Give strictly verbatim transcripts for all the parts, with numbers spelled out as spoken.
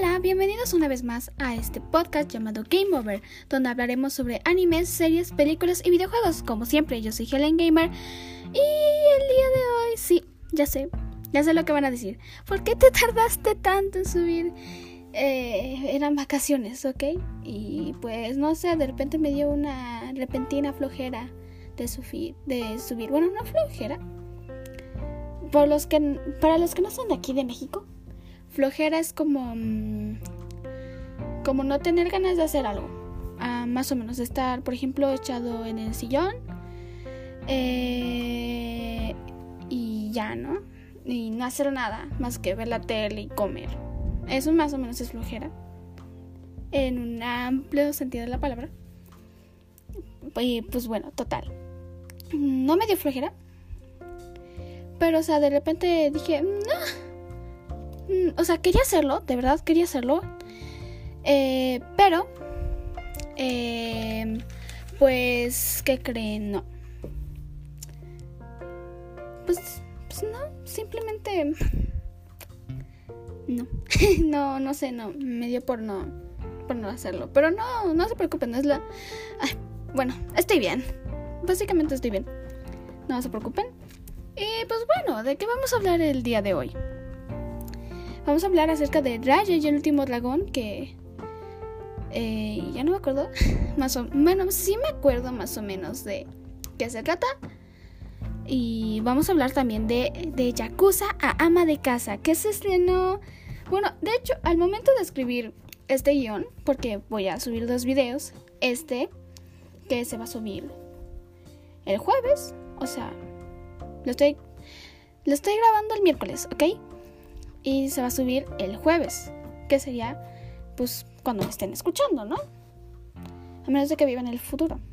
Hola, bienvenidos una vez más a este podcast llamado Game Over, donde hablaremos sobre animes, series, películas y videojuegos. Como siempre, yo soy Helen Gamer y el día de hoy, sí, ya sé, ya sé lo que van a decir. ¿Por qué te tardaste tanto en subir? Eh, eran vacaciones, ¿ok? Y pues no sé, de repente me dio una repentina flojera de subir, de subir. Bueno, no flojera. Por los que, para los que no son de aquí de México, flojera es como, como no tener ganas de hacer algo. Ah, más o menos estar, por ejemplo, echado en el sillón eh, y ya, ¿no? Y no hacer nada más que ver la tele y comer. Eso más o menos es flojera, en un amplio sentido de la palabra. Y pues bueno, total, no me dio flojera, pero o sea, de repente dije, no, o sea, quería hacerlo, de verdad quería hacerlo, eh, pero, eh, pues, ¿qué creen? No, pues, pues no, simplemente... No, no, no sé, no, me dio por no, por no hacerlo. Pero no, no se preocupen, no es la... Ay, bueno, estoy bien, básicamente estoy bien, no se preocupen. Y pues bueno, ¿de qué vamos a hablar el día de hoy? Vamos a hablar acerca de Raya y el último dragón, que... Eh, ya no me acuerdo, más o menos, sí me acuerdo más o menos de qué se trata. Y vamos a hablar también de, de Yakuza a ama de casa, que se estrenó... Bueno, de hecho, al momento de escribir este guión, porque voy a subir dos videos, este, que se va a subir el jueves, o sea, lo estoy, lo estoy grabando el miércoles, ¿ok? Y se va a subir el jueves, que sería, pues, cuando me estén escuchando, ¿no? A menos de que vivan en el futuro.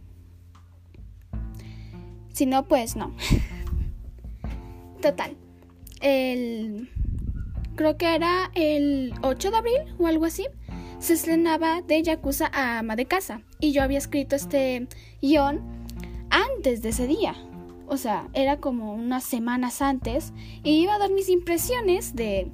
Si no, pues no. Total. El... Creo que era el ocho de abril o algo así. Se estrenaba de Yakuza a ama de casa. Y yo había escrito este guión antes de ese día. O sea, era como unas semanas antes. Y iba a dar mis impresiones de...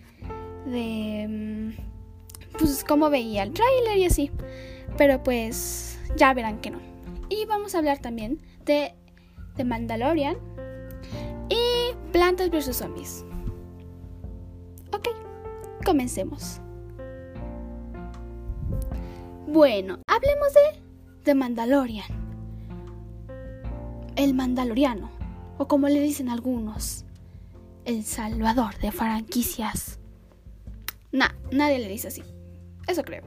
De... Pues cómo veía el tráiler y así. Pero pues ya verán que no. Y vamos a hablar también de... de Mandalorian y Plantas versus Zombies. Ok, comencemos. Bueno, hablemos de The Mandalorian. El Mandaloriano, o como le dicen algunos, el salvador de franquicias. Nah, nadie le dice así, eso creo.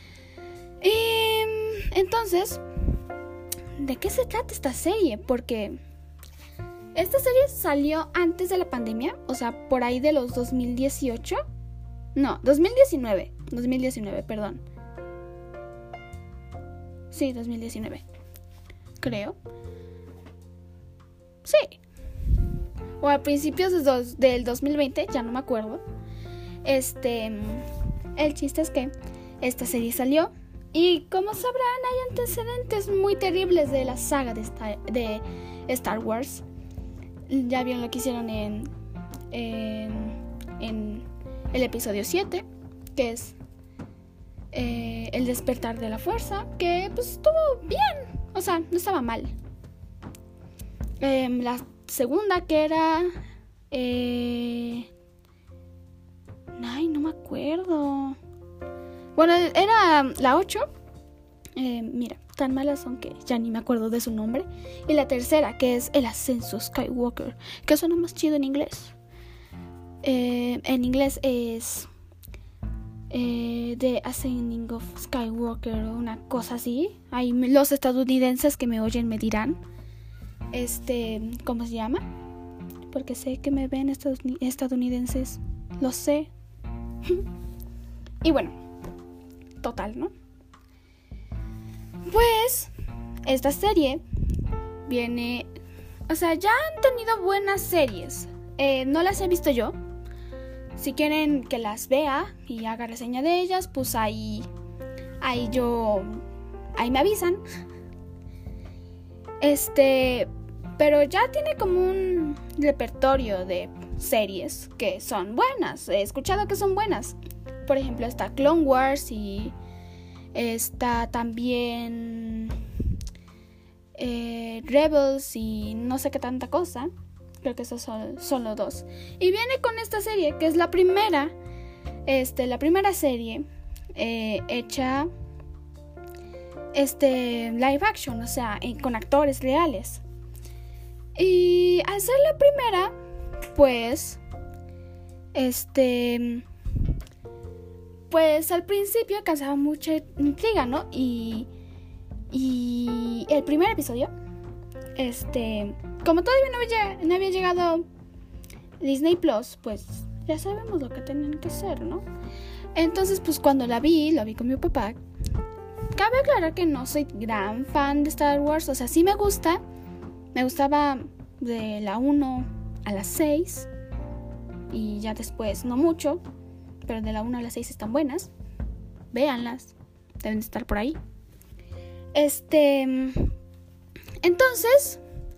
Y entonces, ¿de qué se trata esta serie? Porque esta serie salió antes de la pandemia, o sea, por ahí de los dos mil dieciocho. No, dos mil diecinueve. dos mil diecinueve, perdón. Sí, dos mil diecinueve. Creo. Sí. O a principios de dos, del dos mil veinte, ya no me acuerdo. Este, el chiste es que esta serie salió. Y como sabrán, hay antecedentes muy terribles de la saga de Star, de Star Wars. Ya vieron lo que hicieron en, en, en el episodio siete, que es eh, el despertar de la fuerza, que pues estuvo bien, o sea, no estaba mal. Eh, la segunda, que era... Eh, ay, no me acuerdo... Bueno, era la ocho. Eh, mira, tan malas son que ya ni me acuerdo de su nombre. Y la tercera, que es El Ascenso Skywalker, que suena más chido en inglés. Eh, en inglés es eh, The Ascending of Skywalker, o una cosa así. Ahí los estadounidenses que me oyen me dirán Este, ¿cómo se llama? Porque sé que me ven estadounidenses. Lo sé. Y bueno, total, ¿no? Pues esta serie viene... O sea, ya han tenido buenas series. eh, No las he visto yo. Si quieren que las vea y haga reseña de ellas, pues ahí Ahí yo... Ahí me avisan. Este... Pero ya tiene como un repertorio de series que son buenas. He escuchado que son buenas. por ejemplo, está Clone Wars y está también eh, Rebels y no sé qué tanta cosa. Creo que esos son solo dos. Y viene con esta serie, que es la primera, este, la primera serie eh, hecha este, live action, o sea, eh, con actores reales. Y al ser la primera, pues, este, pues al principio causaba mucha intriga, ¿no? Y, y el primer episodio, este, como todavía no había, no había llegado Disney Plus, pues ya sabemos lo que tenían que hacer, ¿no? Entonces, pues cuando la vi, la vi con mi papá. Cabe aclarar que no soy gran fan de Star Wars, o sea, sí me gusta. Me gustaba de la uno a la seis y ya después no mucho, pero de la uno a la seis están buenas. Véanlas, deben de estar por ahí. Este, entonces,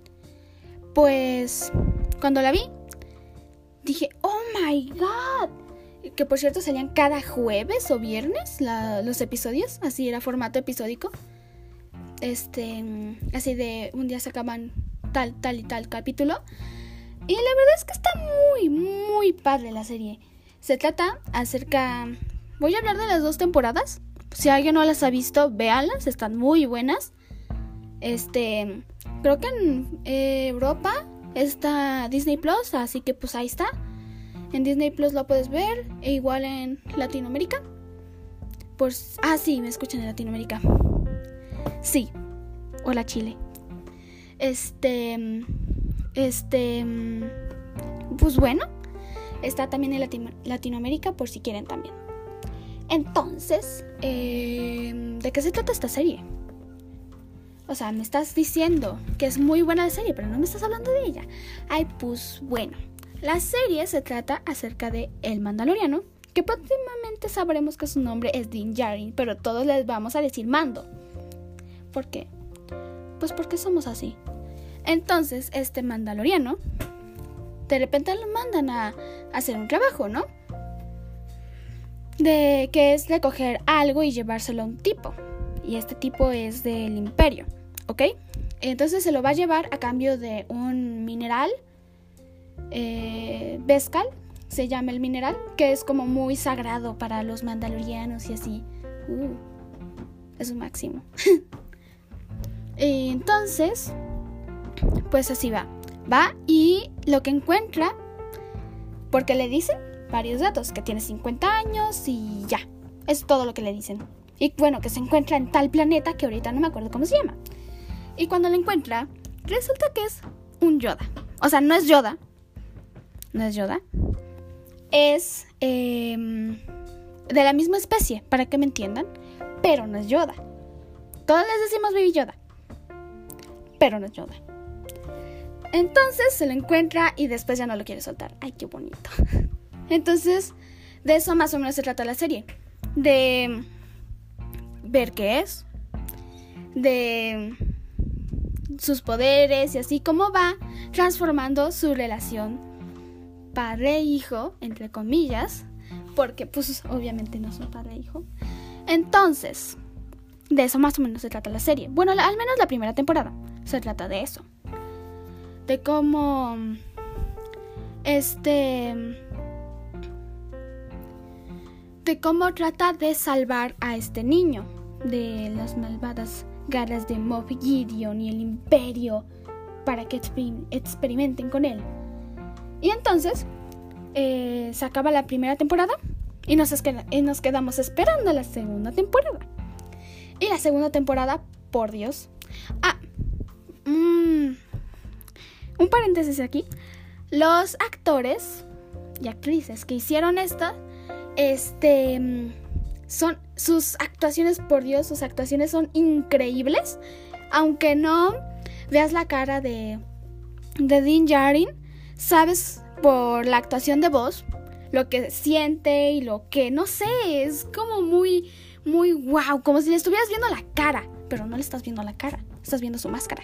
pues cuando la vi, dije, oh my god. Que por cierto salían cada jueves o viernes la, los episodios, así era formato episódico. Este, así de un día sacaban tal, tal y tal capítulo. Y la verdad es que está muy, muy padre la serie. Se trata acerca... Voy a hablar de las dos temporadas. Si alguien no las ha visto, véanlas, están muy buenas. Este, creo que en eh, Europa está Disney Plus, así que pues ahí está. En Disney Plus lo puedes ver, e igual en Latinoamérica. Pues, ah, sí, me escuchan en Latinoamérica. Sí. Hola, Chile. Este, este, pues bueno, está también en Latino- Latinoamérica por si quieren también. Entonces, eh, ¿de qué se trata esta serie? O sea, me estás diciendo que es muy buena la serie, pero no me estás hablando de ella. Ay, pues bueno. La serie se trata acerca de El Mandaloriano, que próximamente sabremos que su nombre es Din Djarin, pero todos les vamos a decir Mando. ¿Por qué? Pues porque somos así. Entonces, este Mandaloriano, de repente lo mandan a, a hacer un trabajo, ¿no? De que es recoger algo y llevárselo a un tipo. Y este tipo es del Imperio, ¿ok? Entonces se lo va a llevar a cambio de un mineral. Eh, Beskar se llama el mineral, que es como muy sagrado para los mandalorianos y así. Uh, es un máximo. Y entonces, pues así va. Va y lo que encuentra, porque le dicen varios datos, que tiene cincuenta años y ya. Es todo lo que le dicen. Y bueno, que se encuentra en tal planeta que ahorita no me acuerdo cómo se llama. Y cuando lo encuentra, resulta que es un Yoda. O sea, no es Yoda. No es Yoda. Es eh, de la misma especie, para que me entiendan. Pero no es Yoda. Todos les decimos Baby Yoda. Pero no es Yoda. Entonces se lo encuentra y después ya no lo quiere soltar. Ay, qué bonito. Entonces, de eso más o menos se trata la serie. De ver qué es. De sus poderes y así cómo va transformando su relación padre-hijo, entre comillas, porque pues obviamente no son padre-hijo. Entonces, de eso más o menos se trata la serie. Bueno, la, al menos la primera temporada se trata de eso. De cómo este de cómo trata de salvar a este niño de las malvadas garras de Moff Gideon y el Imperio para que exper- experimenten con él. Y entonces eh, se acaba la primera temporada y nos, esqueda- y nos quedamos esperando la segunda temporada. Y la segunda temporada, por Dios. Ah, mmm, un paréntesis aquí. Los actores y actrices que hicieron esto, este, son sus actuaciones, por Dios, sus actuaciones son increíbles. Aunque no veas la cara de, de Din Djarin, sabes por la actuación de voz lo que siente y lo que, no sé, es como muy, muy wow, como si le estuvieras viendo la cara, pero no le estás viendo la cara, estás viendo su máscara.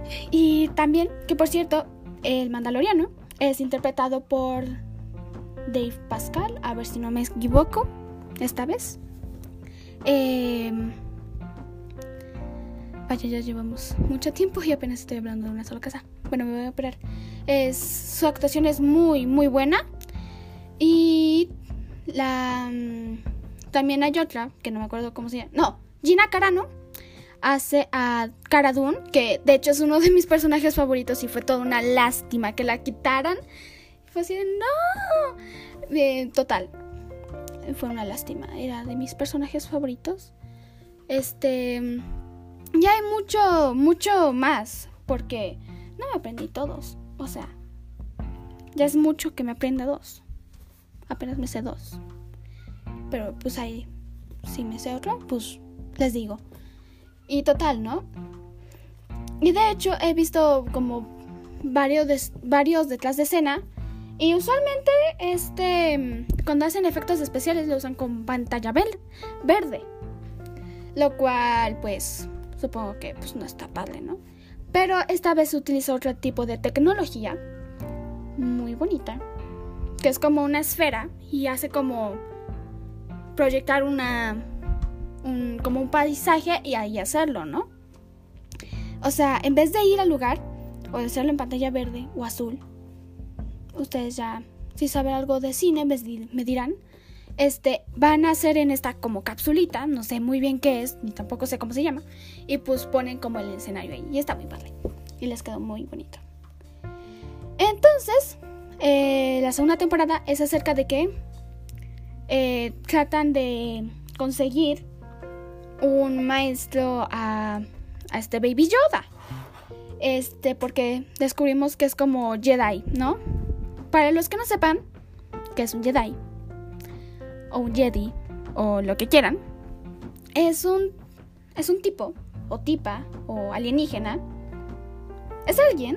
Y también, que por cierto, el Mandaloriano es interpretado por Dave Pascal, a ver si no me equivoco esta vez. Eh, vaya, ya llevamos mucho tiempo y apenas estoy hablando de una sola cosa. Bueno, me voy a operar. Es, su actuación es muy, muy buena. Y la también hay otra, que no me acuerdo cómo se llama. No, Gina Carano hace a Cara Dune, que de hecho es uno de mis personajes favoritos y fue toda una lástima que la quitaran. Fue así de no. Eh, total. Fue una lástima. Era de mis personajes favoritos. Este. Ya hay mucho, mucho más. Porque no me aprendí todos. O sea, ya es mucho que me aprenda dos. Apenas me sé dos. Pero pues ahí, si me sé otro, pues les digo. Y total, ¿no? Y de hecho he visto como varios, des, varios detrás de escena. Y usualmente este cuando hacen efectos especiales lo usan con pantalla ver- verde. Lo cual pues supongo que pues no está padre, ¿no? Pero esta vez utiliza otro tipo de tecnología muy bonita, que es como una esfera y hace como proyectar una un, como un paisaje y ahí hacerlo, ¿no? O sea, en vez de ir al lugar o de hacerlo en pantalla verde o azul, ustedes ya, si saben algo de cine, me dirán, este, van a hacer en esta como capsulita, no sé muy bien qué es, ni tampoco sé cómo se llama, y pues ponen como el escenario ahí, y está muy padre, y les quedó muy bonito. Entonces, eh, la segunda temporada es acerca de que eh, tratan de conseguir un maestro a, a este Baby Yoda, este, porque descubrimos que es como Jedi, ¿no? Para los que no sepan que es un Jedi o un Jedi o lo que quieran, es un es un tipo o tipa o alienígena. Es alguien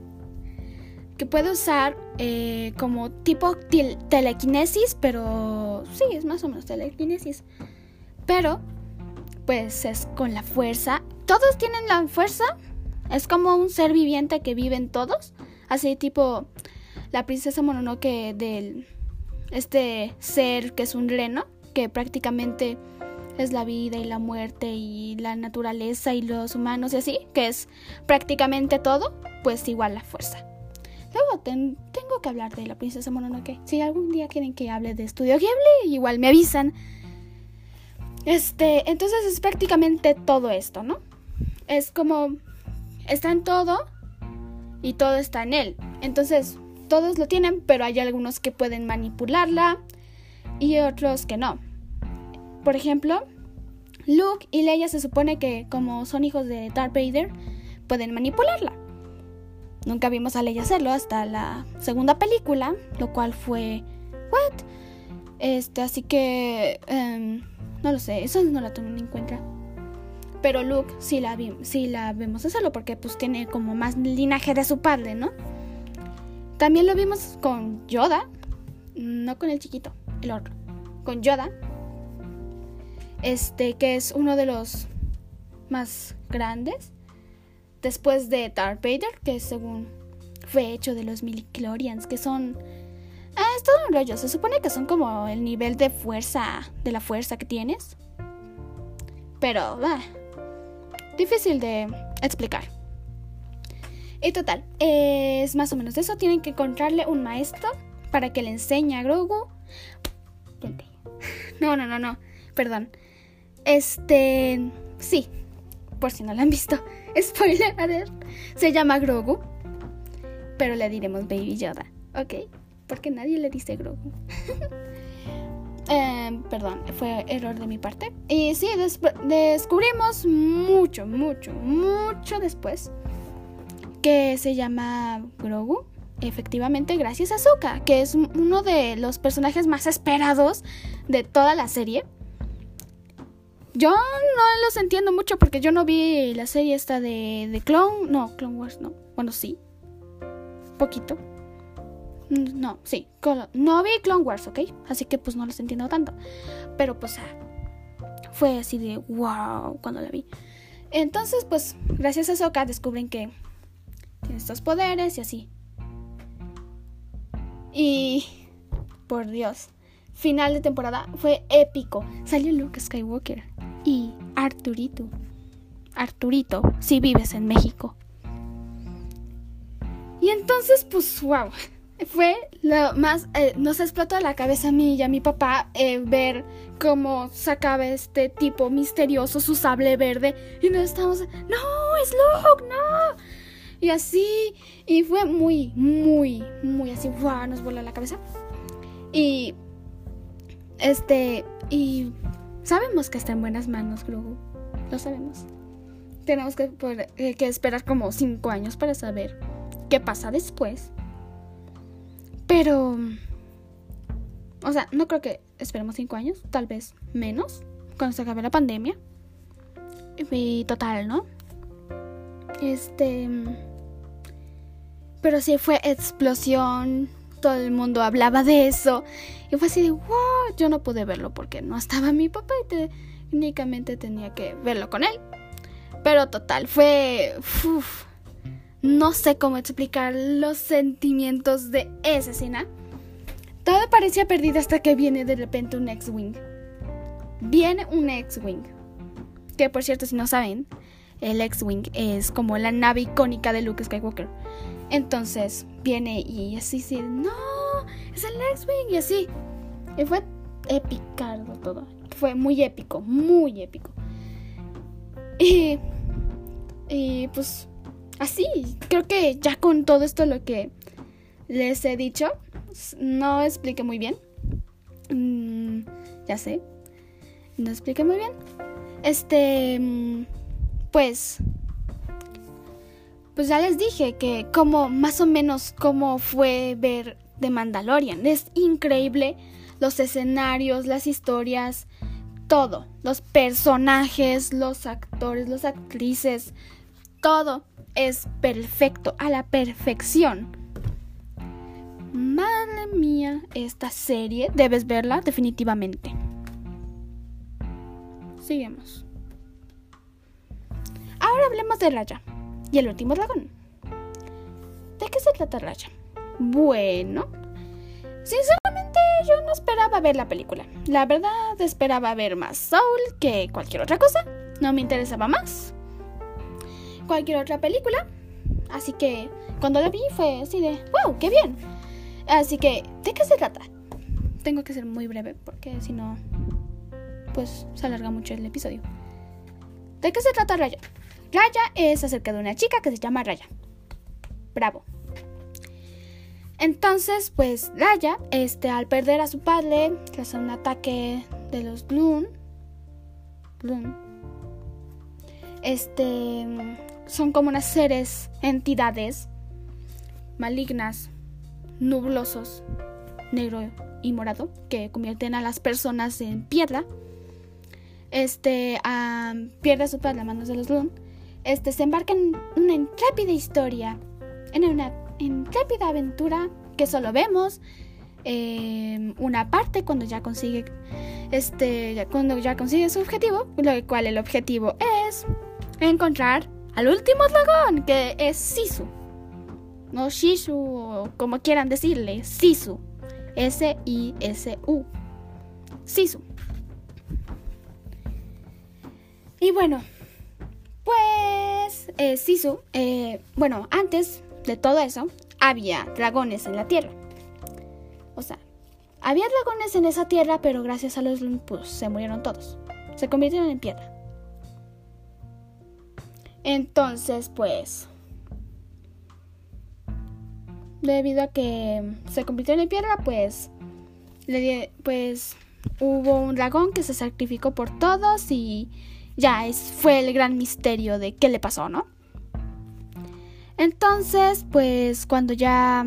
que puede usar eh, como tipo tel- telequinesis, pero sí, es más o menos telequinesis. Pero pues es con la fuerza. Todos tienen la fuerza. Es como un ser viviente que vive en todos. Así tipo la princesa Mononoke del este ser que es un reno, que prácticamente es la vida y la muerte y la naturaleza y los humanos y así, que es prácticamente todo, pues igual la fuerza. Luego ten, tengo que hablar de la princesa Mononoke. Si algún día quieren que hable de Estudio Ghibli, igual me avisan. Este, entonces es prácticamente todo esto, ¿no? Es como está en todo y todo está en él. Entonces todos lo tienen, pero hay algunos que pueden manipularla y otros que no. Por ejemplo, Luke y Leia se supone que como son hijos de Darth Vader, pueden manipularla. Nunca vimos a Leia hacerlo hasta la segunda película, lo cual fue ¿what? Este, así que um, no lo sé, eso no la tomen en cuenta. Pero Luke sí la, vi, sí la vemos hacerlo porque pues tiene como más linaje de su padre, ¿no? También lo vimos con Yoda, no con el chiquito, el otro, con Yoda, este que es uno de los más grandes, después de Darth Vader, que según fue hecho de los midichlorians, que son, ah, es todo un rollo, se supone que son como el nivel de fuerza, de la fuerza que tienes, pero, ah, difícil de explicar. Y total, es más o menos eso. Tienen que encontrarle un maestro para que le enseñe a Grogu. No, no, no, no, perdón. Este, sí, por si no lo han visto, spoiler alert, se llama Grogu, pero le diremos Baby Yoda, ¿ok? Porque nadie le dice Grogu. eh, Perdón, fue error de mi parte. Y sí, des- descubrimos mucho, mucho, mucho después que se llama Grogu, efectivamente gracias a Ahsoka, que es uno de los personajes más esperados de toda la serie. Yo no los entiendo mucho porque yo no vi la serie esta de, de Clone, no, Clone Wars, no, bueno sí, poquito, no, sí, no vi Clone Wars, ¿ok? Así que pues no los entiendo tanto, pero pues ah, fue así de wow cuando la vi. Entonces pues gracias a Ahsoka descubren que tiene estos poderes y así. Y por Dios. Final de temporada fue épico. Salió Luke Skywalker y Arturito. Arturito, si vives en México. Y entonces, pues, wow. Fue lo más... Eh, nos explotó la cabeza a mí y a mi papá eh, ver cómo sacaba este tipo misterioso su sable verde. Y nos estábamos... ¡No, es Luke, no! Y así... Y fue muy, muy, muy así... ¡Wow! Nos voló la cabeza. Y... Este... Y... Sabemos que está en buenas manos, Grogu. Lo sabemos. Tenemos que, poder, eh, que esperar como cinco años para saber qué pasa después. Pero, o sea, no creo que esperemos cinco años, tal vez menos, cuando se acabe la pandemia. Y total, ¿no? Este, pero sí fue explosión, todo el mundo hablaba de eso. Y fue así de, wow, yo no pude verlo porque no estaba mi papá y te, únicamente tenía que verlo con él. Pero total, fue... Uf, no sé cómo explicar los sentimientos de esa escena. Todo parecía perdido hasta que viene de repente un X-Wing. Viene un X-Wing. Que por cierto, si no saben, el X-Wing es como la nave icónica de Luke Skywalker. Entonces viene y así, sí, no, es el X-Wing y así. Y fue épico todo. Fue muy épico, muy épico. Y, y pues... Así, creo que ya con todo esto lo que les he dicho, no expliqué muy bien. Mm, ya sé, no expliqué muy bien. Este, pues, pues ya les dije que como más o menos cómo fue ver The Mandalorian. Es increíble los escenarios, las historias, todo, los personajes, los actores, las actrices, todo. Es perfecto, a la perfección. Madre mía, esta serie debes verla definitivamente. Seguimos. Ahora hablemos de Raya y el último dragón. ¿De qué se trata Raya? Bueno, sinceramente yo no esperaba ver la película. La verdad esperaba ver más Soul que cualquier otra cosa. No me interesaba más cualquier otra película. Así que cuando la vi fue así de wow, qué bien. Así que, ¿de qué se trata? Tengo que ser muy breve porque si no, pues se alarga mucho el episodio. ¿De qué se trata Raya? Raya es acerca de una chica que se llama Raya. Bravo. Entonces, pues Raya, este, al perder a su padre tras un ataque de los Bloom, Bloom, este, son como unas seres, entidades malignas, nublosos, negro y morado, que convierten a las personas en piedra. Este, um, pierde a su padre a manos de los Bloom. Este, se embarca en una intrépida historia, en una intrépida aventura que solo vemos eh, una parte cuando ya consigue, este, cuando ya consigue su objetivo, lo cual el objetivo es encontrar al último dragón, que es Sisu. No Shishu, o como quieran decirle, Sisu. S I S U. Sisu. Y bueno, pues eh, Sisu, eh, bueno, antes de todo eso, había dragones en la tierra. O sea, había dragones en esa tierra, pero gracias a los Bloom, pues se murieron todos. Se convirtieron en piedra. Entonces, pues, debido a que se convirtieron en piedra, pues, le, pues hubo un dragón que se sacrificó por todos y ya es, fue el gran misterio de qué le pasó, ¿no? Entonces, pues, cuando ya,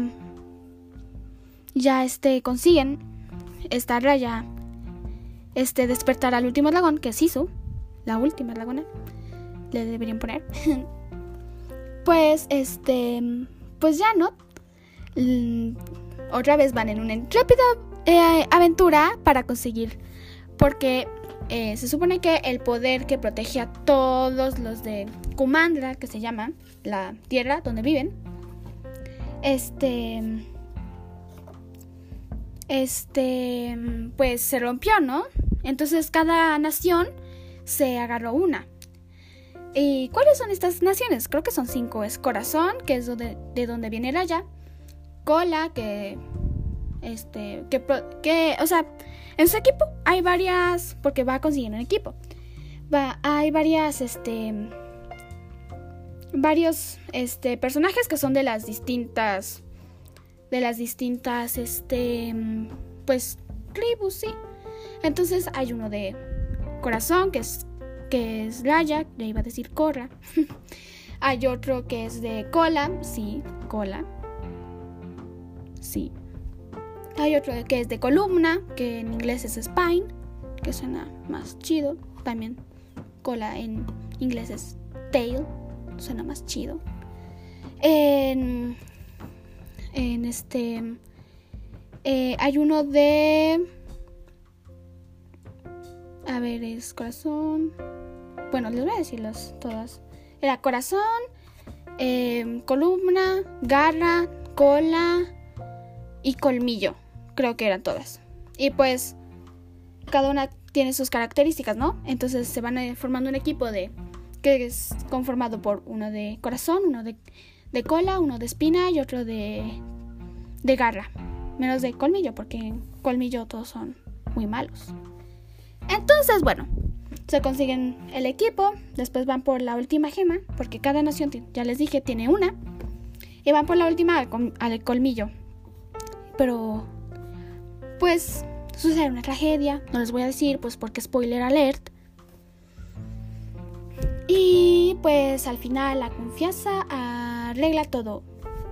ya este, consiguen esta Raya, este, despertar al último dragón, que es Sisu, la última dragona, le deberían poner. Pues, este, pues ya, ¿no? L- otra vez van en una intrépida eh, aventura para conseguir, porque eh, se supone que el poder que protege a todos los de Kumandra, que se llama la tierra donde viven, este, este, pues se rompió, ¿no? Entonces cada nación se agarró una. ¿Y cuáles son estas naciones? Creo que son cinco. Es Corazón, que es de, de donde viene Raya. Cola, que, este, que, que, o sea, en su equipo hay varias, porque va consiguiendo un equipo. Va, hay varias, este, varios, este, personajes que son de las distintas, de las distintas, este, pues, tribus, sí. Entonces hay uno de Corazón, que es, que es Raya, le iba a decir Corra. Hay otro que es de Cola, sí, Cola. Sí. Hay otro que es de Columna, que en inglés es Spine, que suena más chido. También Cola en inglés es Tail, suena más chido. En, en este eh, hay uno de, a ver, es Corazón. Bueno, les voy a decirlas todas. Era Corazón, eh, Columna, Garra, Cola y Colmillo. Creo que eran todas. Y pues cada una tiene sus características, ¿no? Entonces se van formando un equipo de que es conformado por uno de Corazón, uno de, de Cola, uno de Espina y otro de, de Garra. Menos de Colmillo, porque en Colmillo todos son muy malos. Entonces, bueno, se consiguen el equipo. Después van por la última gema, porque cada nación, ya les dije, tiene una. Y van por la última al, al Colmillo. Pero, pues, sucede una tragedia. No les voy a decir, pues, porque spoiler alert. Y, pues, al final la confianza arregla todo.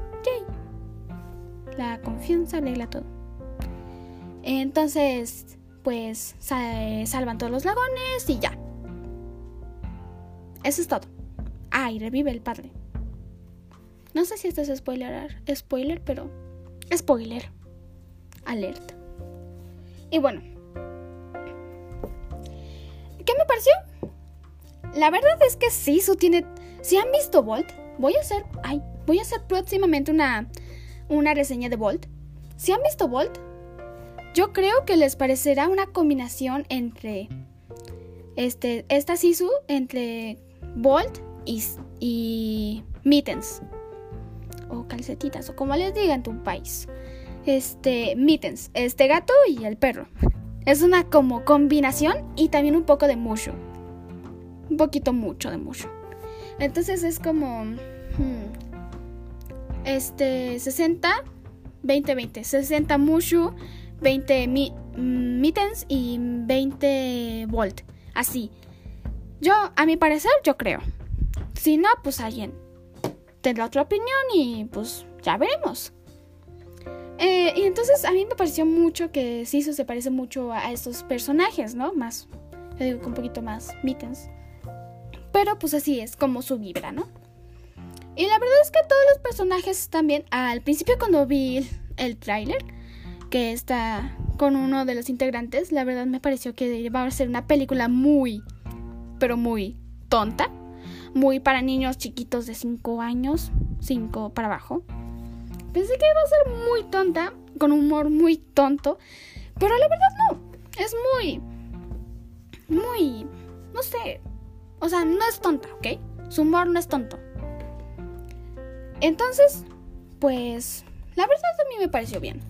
Yay. La confianza arregla todo. Entonces, pues, salvan todos los dragones y ya. Eso es todo. Ah, y revive el padre. No sé si esto es spoiler, spoiler, pero spoiler alert. Y bueno, ¿qué me pareció? La verdad es que Sisu tiene. Si han visto Volt, voy a hacer, ay, voy a hacer próximamente una una reseña de Volt. Si han visto Volt, yo creo que les parecerá una combinación entre este esta Sisu entre Volt y, y Mittens o calcetitas o como les diga en tu país. Este Mittens, este gato y el perro. Es una como combinación y también un poco de Mushu. Un poquito mucho de Mushu. Entonces es como hmm, este sesenta veinte veinte, sesenta Mushu, veinte mi, Mittens y veinte Volt. Así. Yo, a mi parecer, yo creo. Si no, pues alguien tendrá otra opinión y pues ya veremos. Eh, y entonces a mí me pareció mucho que Sisu se parece mucho a estos personajes, ¿no? Más, yo digo que un poquito más Mittens. Pero pues así es como su vibra, ¿no? Y la verdad es que todos los personajes también, al principio cuando vi el, el tráiler, que está con uno de los integrantes, la verdad me pareció que iba a ser una película muy, pero muy tonta. Muy para niños chiquitos de cinco años, cinco para abajo. Pensé que iba a ser muy tonta, con un humor muy tonto, pero la verdad no. Es muy, muy, no sé. O sea, no es tonta, ¿ok? Su humor no es tonto. Entonces, pues, la verdad a mí me pareció bien.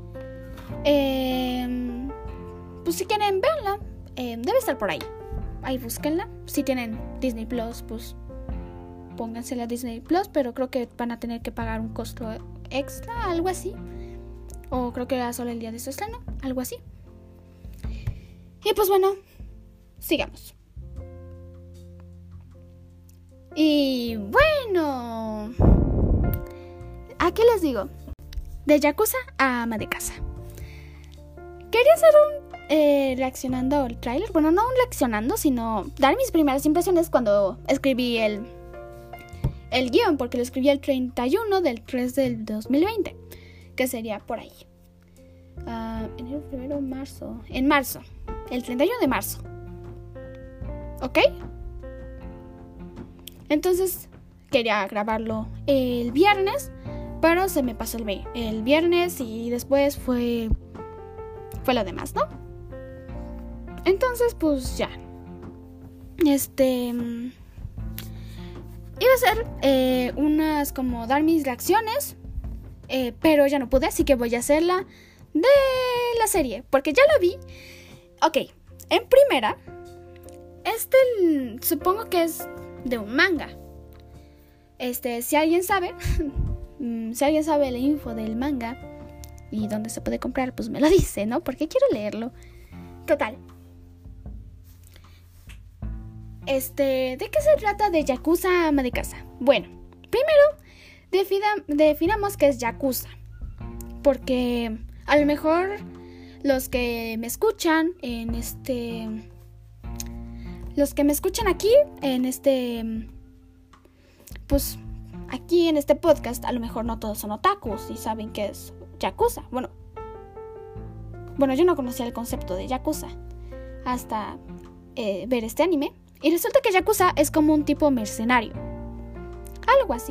Eh, pues si quieren verla, eh, debe estar por ahí. Ahí búsquenla. Si tienen Disney Plus, pues póngansela a Disney Plus, pero creo que van a tener que pagar un costo extra, algo así. O creo que era solo el día de su estreno, algo así. Y pues bueno, sigamos. Y bueno, ¿a qué les digo? De Yakuza a ama de casa. Quería hacer un eh, reaccionando al tráiler. Bueno, no un reaccionando, sino dar mis primeras impresiones cuando escribí el el guión, porque lo escribí el treinta y uno del tres del dos mil veinte, que sería por ahí. Uh, enero, febrero, marzo. En marzo. El treinta y uno de marzo. ¿Ok? Entonces quería grabarlo el viernes, pero se me pasó el, el viernes y después fue fue lo demás, ¿no? Entonces, pues ya. Este... Iba a hacer eh, unas como dar mis reacciones, eh, pero ya no pude, así que voy a hacerla de la serie, porque ya la vi. Ok, en primera, este supongo que es de un manga. Este, si alguien sabe, si alguien sabe la info del manga y dónde se puede comprar, pues me lo dice, ¿no? Porque quiero leerlo. Total. Este, ¿de qué se trata de Yakuza ama de casa? Bueno, primero defina, definamos qué es Yakuza, porque a lo mejor los que me escuchan en este, los que me escuchan aquí en este, pues aquí en este podcast, a lo mejor no todos son otakus y saben qué es Yakuza. Bueno, bueno, yo no conocía el concepto de Yakuza hasta eh, ver este anime. Y resulta que Yakuza es como un tipo mercenario. Algo así.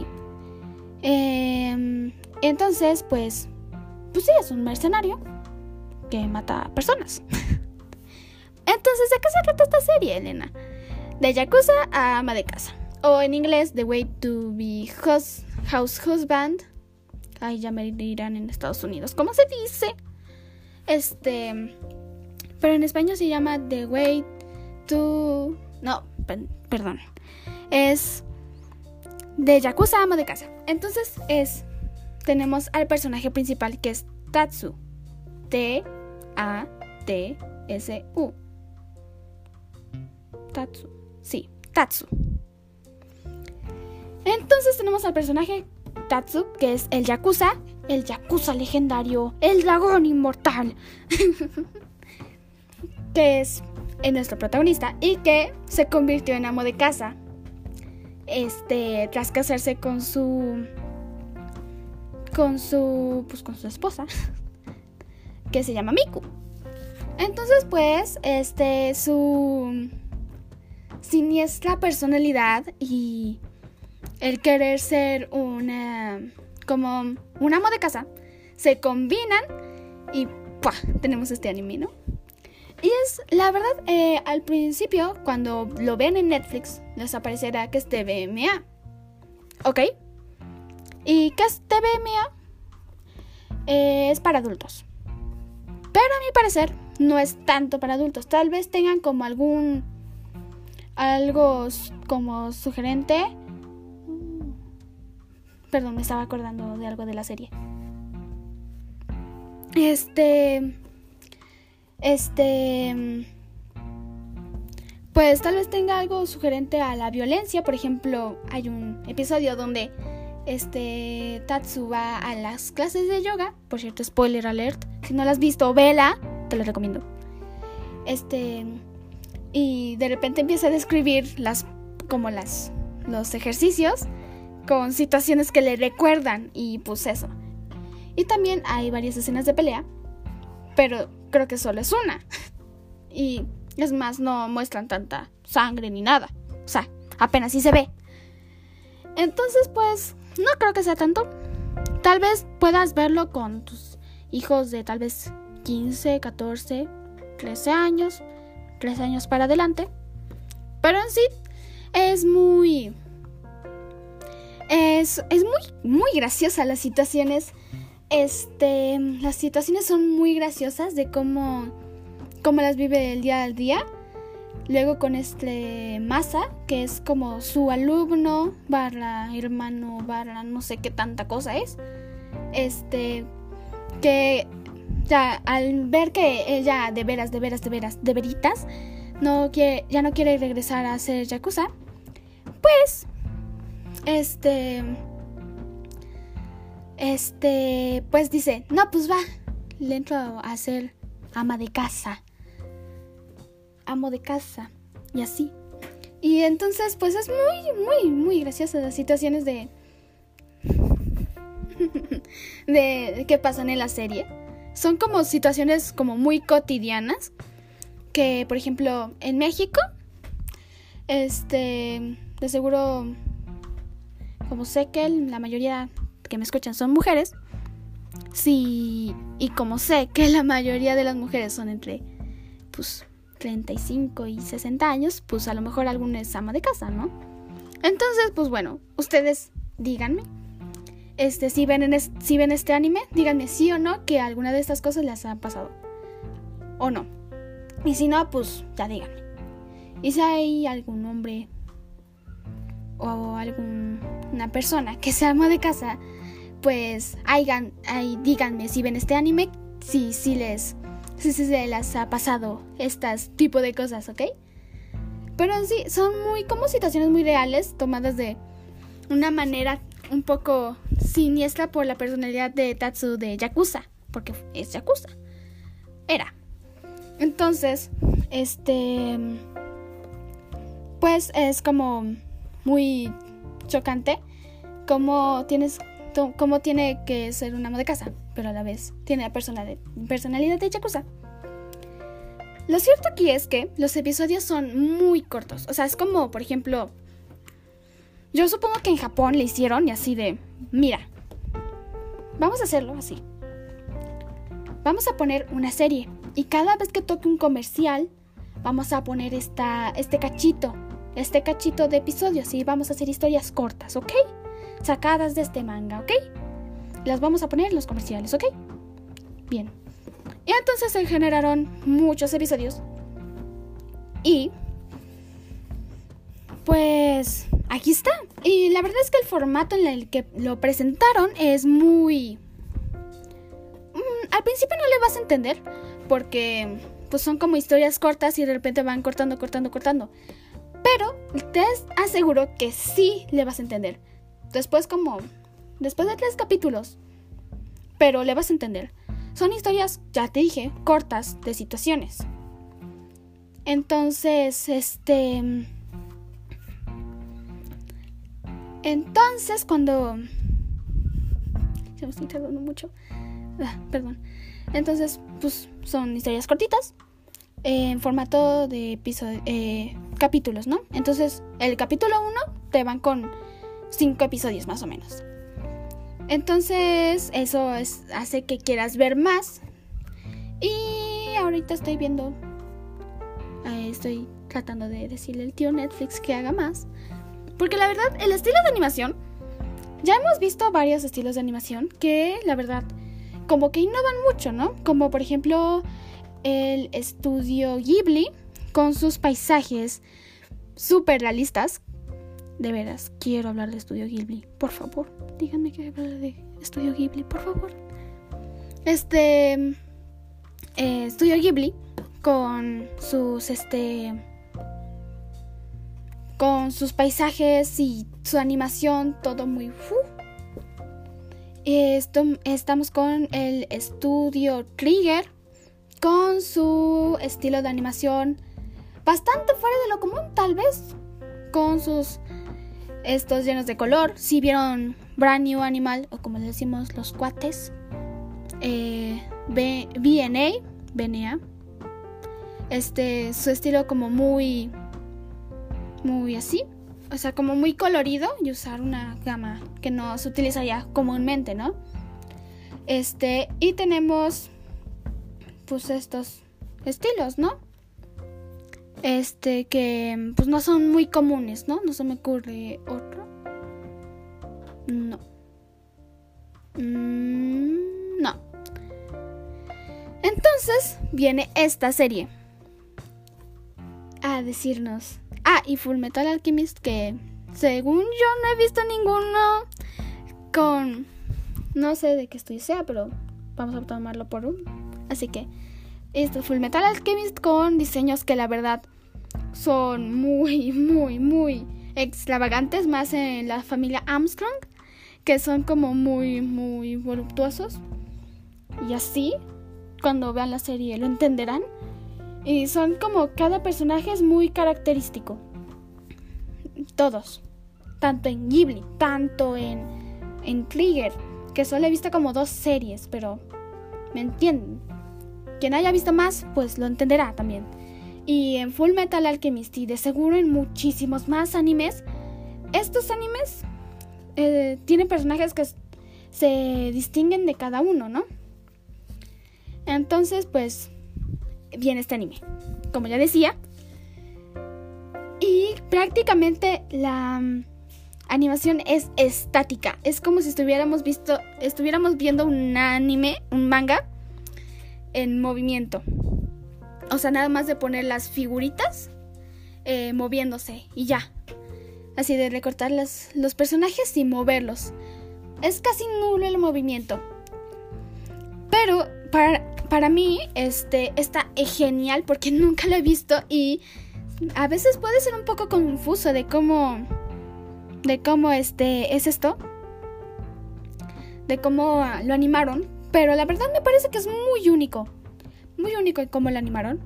Eh, entonces, pues... Pues sí, es un mercenario que mata personas. Entonces, ¿de qué se trata esta serie, Elena? De Yakuza a ama de casa. O en inglés, The Way to be hus- House Husband. Ay, ya me dirán en Estados Unidos cómo se dice. Este... Pero en español se llama The Way to... No, per- perdón. Es de Yakuza ama de casa. Entonces es... Tenemos al personaje principal que es Tatsu. T A T S U. Tatsu. Sí, Tatsu. Entonces tenemos al personaje Tatsu, que es el Yakuza. El Yakuza legendario. El dragón inmortal. Que es... es nuestro protagonista y que se convirtió en amo de casa este tras casarse con su con su pues con su esposa que se llama Miku. Entonces pues este su siniestra personalidad y el querer ser una como un amo de casa se combinan y ¡pua! Tenemos este anime, ¿no? Y es, la verdad, eh, al principio, cuando lo ven en Netflix, les aparecerá que es T V M A. ¿Ok? ¿Y qué es T V M A? Eh, es para adultos. Pero a mi parecer, no es tanto para adultos. Tal vez tengan como algún... algo como sugerente. Perdón, me estaba acordando de algo de la serie. Este... Este, pues tal vez tenga algo sugerente a la violencia. Por ejemplo, hay un episodio donde este Tatsu va a las clases de yoga. Por cierto, spoiler alert. Si no la has visto, vela, te lo recomiendo. Este, y de repente empieza a describir las, como las, los ejercicios con situaciones que le recuerdan y pues eso. Y también hay varias escenas de pelea, pero creo que solo es una. Y es más, no muestran tanta sangre ni nada. O sea, apenas sí se ve. Entonces, pues, no creo que sea tanto. Tal vez puedas verlo con tus hijos de tal vez quince, catorce, trece años. trece años para adelante. Pero en sí, es muy... Es, es muy, muy graciosa las situaciones. Este, las situaciones son muy graciosas de cómo, cómo las vive el día al día. Luego con este Masa, que es como su alumno, barra hermano, barra no sé qué tanta cosa es. Este, que ya al ver que ella de veras, de veras, de veras, de veritas, no quiere, ya no quiere regresar a ser Yakuza, pues, este... Este, pues dice, no, pues va, le entro a ser ama de casa, amo de casa, y así. Y entonces, pues es muy, muy, muy graciosa las situaciones de, de que pasan en la serie. Son como situaciones como muy cotidianas, que por ejemplo, en México, este, de seguro, como sé que la mayoría que me escuchan son mujeres, sí, y como sé que la mayoría de las mujeres son entre, pues, treinta y cinco y sesenta años, pues a lo mejor alguna es ama de casa, ¿no? Entonces, pues bueno, ustedes díganme, este, si ven, en es, si ven este anime, díganme sí o no que alguna de estas cosas les ha pasado, o no. Y si no, pues ya díganme. Y si hay algún hombre o alguna persona que sea ama de casa, pues hagan, ahí, díganme si ven este anime, si, si les si, si se les ha pasado estas tipo de cosas, ¿ok? Pero sí, son muy como situaciones muy reales, tomadas de una manera un poco siniestra por la personalidad de Tatsu de Yakuza, porque es Yakuza. Era. Entonces, este, pues es como muy chocante cómo tienes, cómo tiene que ser un amo de casa, pero a la vez tiene la personalidad, personalidad de Yakuza. Lo cierto aquí es que los episodios son muy cortos. O sea, es como, por ejemplo, yo supongo que en Japón le hicieron y así de, mira, vamos a hacerlo así. Vamos a poner una serie y cada vez que toque un comercial, vamos a poner esta, este cachito, este cachito de episodios y vamos a hacer historias cortas, ¿ok? Sacadas de este manga, ¿ok? Las vamos a poner en los comerciales, ¿ok? Bien. Y entonces se generaron muchos episodios. Y pues aquí está. Y la verdad es que el formato en el que lo presentaron es muy... Mm, al principio no le vas a entender, porque pues son como historias cortas y de repente van cortando, cortando, cortando. Pero te aseguro que sí le vas a entender. Después como... Después de tres capítulos. Pero le vas a entender. Son historias, ya te dije, cortas de situaciones. Entonces, este... Entonces, cuando... Ya me estoy tardando mucho. Ah, perdón. Entonces, pues, son historias cortitas. Eh, en formato de episodio, eh, capítulos, ¿no? Entonces, el capítulo uno te van con cinco episodios más o menos. Entonces, eso es, hace que quieras ver más. Y ahorita estoy viendo... Eh, estoy tratando de decirle al tío Netflix que haga más. Porque la verdad, el estilo de animación... Ya hemos visto varios estilos de animación que, la verdad, como que innovan mucho, ¿no? Como, por ejemplo, el estudio Ghibli, con sus paisajes súper realistas. De veras, quiero hablar de Estudio Ghibli. Por favor, díganme que hablar de Estudio Ghibli, por favor. Este... Eh, Estudio Ghibli, con sus, este... Con sus paisajes y su animación, todo muy... Uh. Esto, estamos con el Estudio Trigger, con su estilo de animación bastante fuera de lo común, tal vez. Con sus... estos llenos de color. Si vieron Brand New Animal, o como le decimos los cuates, eh, B N A, B N A, este, su estilo como muy, muy así, o sea, como muy colorido, y usar una gama que no se utiliza ya comúnmente, ¿no? Este, y tenemos, pues, estos estilos, ¿no? Este, que pues no son muy comunes, ¿no? No se me ocurre otro. No. Mm, no. Entonces viene esta serie a decirnos... Ah, y Fullmetal Alchemist, que según yo no he visto ninguno con... No sé de qué estoy sea, pero vamos a tomarlo por un... Así que... Esto es Fullmetal Alchemist con diseños que la verdad son muy, muy, muy extravagantes. Más en la familia Armstrong, que son como muy, muy voluptuosos. Y así, cuando vean la serie lo entenderán. Y son como cada personaje es muy característico. Todos. Tanto en Ghibli, tanto en, en Trigger, que solo he visto como dos series, pero ¿me entienden? Quien haya visto más, pues lo entenderá también. Y en Fullmetal Alchemist, y de seguro en muchísimos más animes, estos animes eh, tienen personajes que se distinguen de cada uno, ¿no? Entonces, pues, viene este anime, como ya decía. Y prácticamente la um, animación es estática. Es como si estuviéramos visto, estuviéramos viendo un anime, un manga, en movimiento. O sea, nada más de poner las figuritas eh, moviéndose y ya. Así de recortar las, los personajes y moverlos. Es casi nulo el movimiento. Pero para, para mí este, está genial porque nunca lo he visto y a veces puede ser un poco confuso de cómo, de cómo este, es esto. De cómo lo animaron. Pero la verdad me parece que es muy único. Muy único en cómo lo animaron.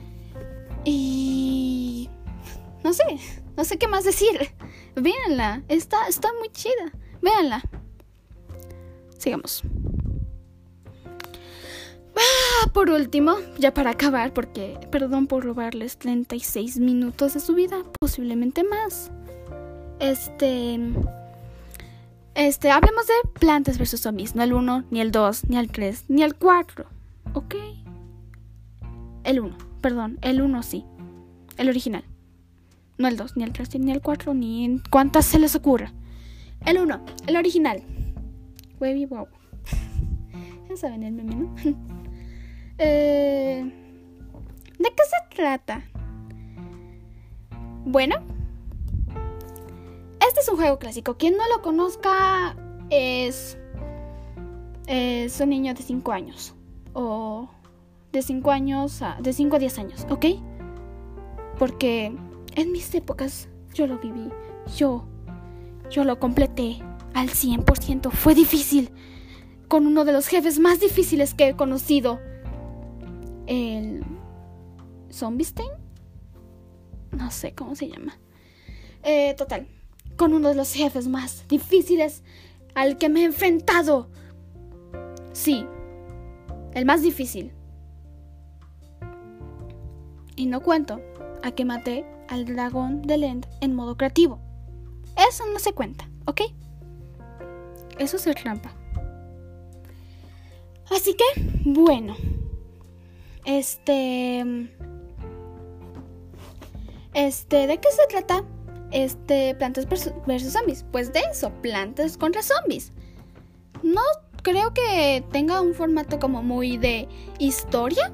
Y... no sé, no sé qué más decir. Véanla, está, está muy chida. Véanla. Sigamos. Ah, por último, ya para acabar, porque perdón por robarles treinta y seis minutos de su vida, posiblemente más. Este... Este, hablemos de Plantas versus Zombies. No el uno, ni el dos, ni el tres, ni el cuatro. ¿Ok? El uno, perdón, el uno sí. El original. No el dos, ni el tres, ni el cuatro, ni en cuántas se les ocurra. El uno, el original. Webby wow. Ya saben el meme, ¿no? eh, ¿De qué se trata? Bueno, este es un juego clásico. Quien no lo conozca es, es un niño de cinco años. O de cinco años a... de cinco a diez años, ¿ok? Porque en mis épocas yo lo viví. Yo, yo lo completé al cien por ciento. Fue difícil. Con uno de los jefes más difíciles que he conocido. El... ¿Zombiestein? No sé cómo se llama. Eh, total. Con uno de los jefes más difíciles al que me he enfrentado. Sí. El más difícil. Y no cuento a que maté al dragón de Lend en modo creativo. Eso no se cuenta, ¿ok? Eso es trampa. Así que, bueno. Este... Este, ¿de qué se trata? Este, Plantas versus Zombies. Pues de eso, plantas contra zombies. No creo que tenga un formato como muy de historia.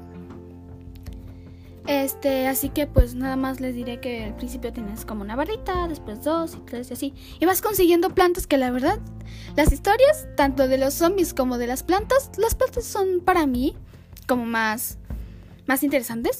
Este, así que pues nada más les diré que al principio tienes como una barrita, después dos y tres y así. Y vas consiguiendo plantas que la verdad, las historias, tanto de los zombies como de las plantas, las plantas son para mí como más, más interesantes.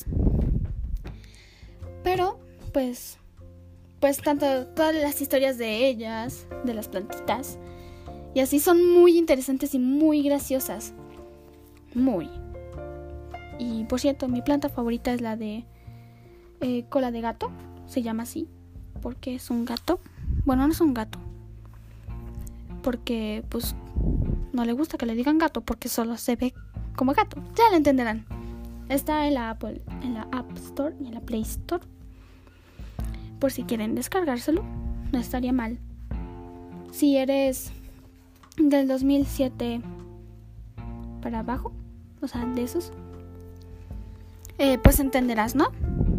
Pero, pues, pues tanto todas las historias de ellas, de las plantitas, y así son muy interesantes y muy graciosas. Muy. Y por cierto, mi planta favorita es la de eh, cola de gato. Se llama así porque es un gato. Bueno, no es un gato, porque pues no le gusta que le digan gato, porque solo se ve como gato. Ya lo entenderán. Está en la Apple, en la App Store y en la Play Store, por si quieren descargárselo. No estaría mal. Si eres del dos mil siete para abajo, o sea, de esos, Eh, pues entenderás, ¿no?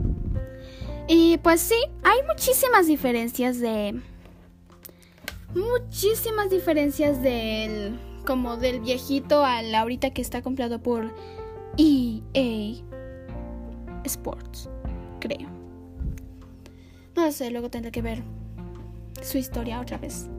Y pues sí, hay muchísimas diferencias de... Muchísimas diferencias del... Como del viejito al ahorita que está comprado por E A Sports, creo. No sé, luego tendré que ver su historia otra vez.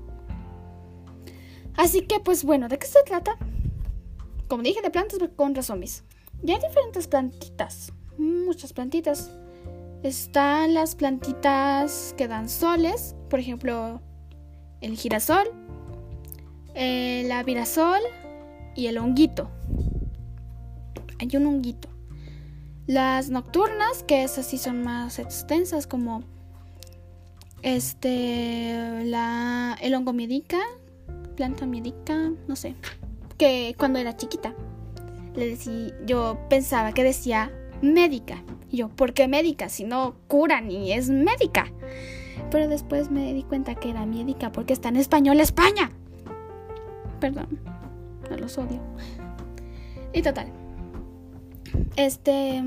Así que pues bueno, ¿de qué se trata? Como dije, de plantas contra zombies. Y hay diferentes plantitas, muchas plantitas. Están las plantitas que dan soles, por ejemplo, el girasol, el avirasol y el honguito. Hay un honguito. Las nocturnas, que esas sí son más extensas, como este, la, el hongo miedica, planta miedica, no sé, que cuando era chiquita le decía, yo pensaba que decía médica. Y yo, ¿por qué médica? Si no cura ni es médica. Pero después me di cuenta que era médica porque está en español España. Perdón, no los odio. Y total, este,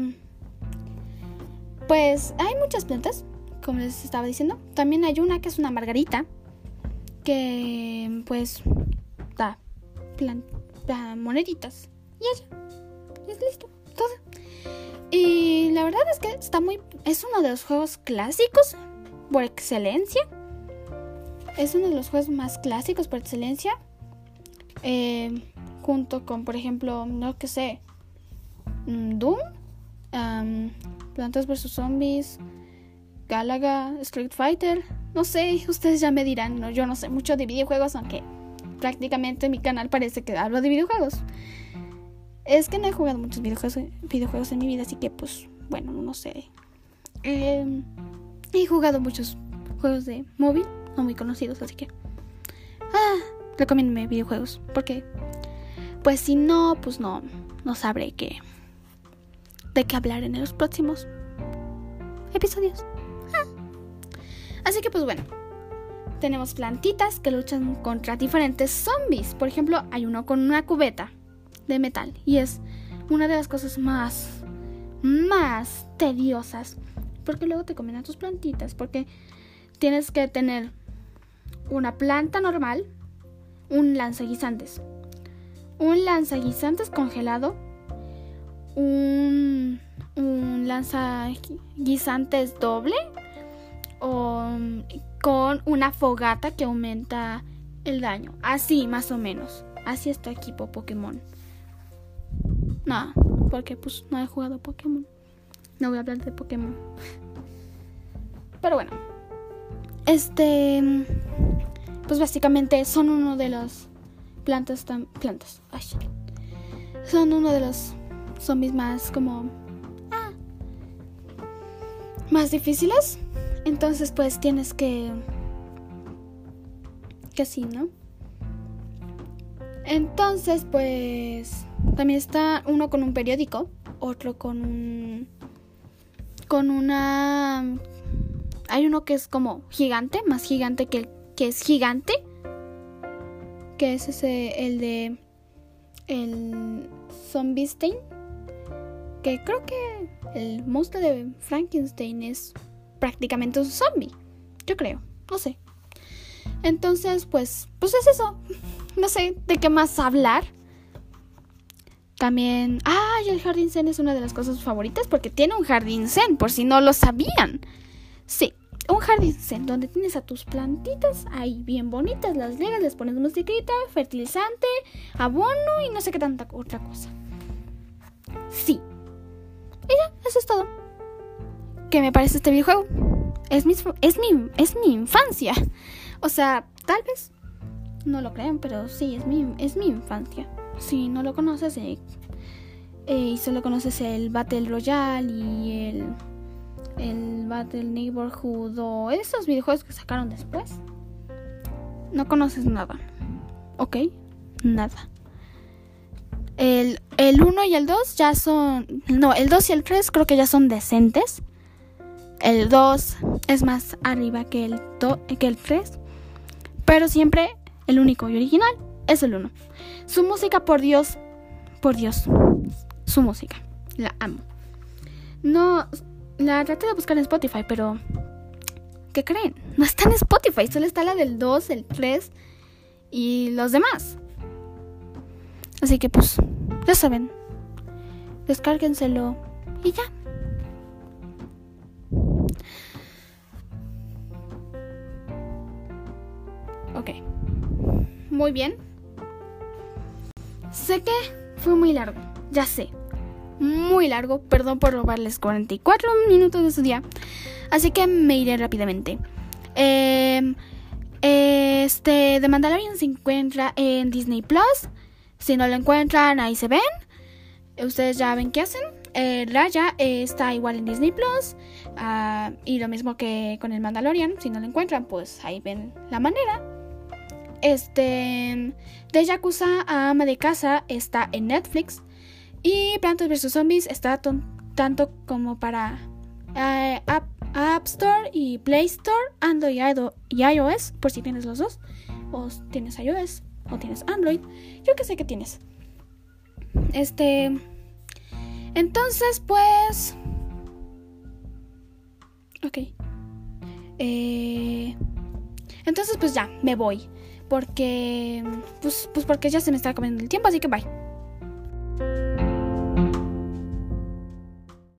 pues hay muchas plantas, como les estaba diciendo. También hay una que es una margarita, que pues da, plan, da moneditas. Y ya, es listo, todo. Y la verdad es que está muy, es uno de los juegos clásicos por excelencia. Es uno de los juegos más clásicos por excelencia. Eh, junto con, por ejemplo, no que sé, Doom, um, Plantas versus Zombies, Galaga, Street Fighter. No sé, ustedes ya me dirán. No, yo no sé mucho de videojuegos, aunque prácticamente mi canal parece que hablo de videojuegos. Es que no he jugado muchos videojuegos, videojuegos en mi vida, así que pues, bueno, no sé. Eh, he jugado muchos juegos de móvil, no muy conocidos, así que ah, recomiéndeme videojuegos, porque pues si no, pues no, no sabré qué, de qué hablar en los próximos episodios. Ah. Así que pues bueno, tenemos plantitas que luchan contra diferentes zombies. Por ejemplo, hay uno con una cubeta de metal y es una de las cosas más más tediosas, porque luego te comen a tus plantitas, porque tienes que tener una planta normal, un lanzaguisantes, un lanzaguisantes congelado, un un lanzaguisantes doble o con una fogata que aumenta el daño, así más o menos. Así es tu equipo Pokémon. No, porque pues no he jugado Pokémon. No voy a hablar de Pokémon. Pero bueno, este, pues básicamente son uno de los plantas tan plantas. Ay, son uno de los zombies más como ah, más difíciles. Entonces pues tienes que que sí, ¿no? Entonces pues también está uno con un periódico, otro con un con una hay uno que es como gigante, más gigante que el que es gigante, que es ese el de el Zombiestein, que creo que el monstruo de Frankenstein es prácticamente un zombie, yo creo, no sé. Entonces pues pues es eso. No sé de qué más hablar. También, ah, y el jardín zen es una de las cosas favoritas, porque tiene un jardín zen, por si no lo sabían. Sí, un jardín zen donde tienes a tus plantitas ahí bien bonitas, las riegas, les pones musiquita, fertilizante, abono y no sé qué tanta otra cosa. Sí. Y ya, eso es todo. ¿Qué me parece este videojuego? Es mi, es mi, es mi infancia. O sea, tal vez no lo crean, pero sí, es mi, es mi infancia. Si no lo conoces eh, eh, y solo conoces el Battle Royale y el, el Battle Neighborhood o esos videojuegos que sacaron después, no conoces nada. ¿Ok? Nada. El, el uno y el dos ya son... No, el dos y el tres creo que ya son decentes. El dos es más arriba que el, do, que el tres. Pero siempre el único y original es el uno. Su música, por Dios, por Dios, su música, la amo. No, la traté de buscar en Spotify, pero ¿qué creen? No está en Spotify, solo está la del dos, el tres y los demás. Así que pues, ya saben, descárguenselo y ya. Ok, muy bien. Sé que fue muy largo, ya sé, muy largo, perdón por robarles cuarenta y cuatro minutos de su día, así que me iré rápidamente. Eh, este, The Mandalorian se encuentra en Disney Plus. Si no lo encuentran, ahí se ven. Ustedes ya ven qué hacen. Eh, Raya eh, está igual en Disney Plus. Uh, y lo mismo que con el Mandalorian. Si no lo encuentran, pues ahí ven la manera. Este, de Yakuza a Ama de Casa está en Netflix. Y Plantas versus Zombies está ton- tanto como para uh, App, App Store y Play Store, Android y iOS, por si tienes los dos o tienes iOS. o tienes Android. Yo que sé que tienes. Este... Entonces, pues... Ok. Eh... Entonces, pues ya, me voy. Porque... Pues, pues porque ya se me está acabando el tiempo, así que bye.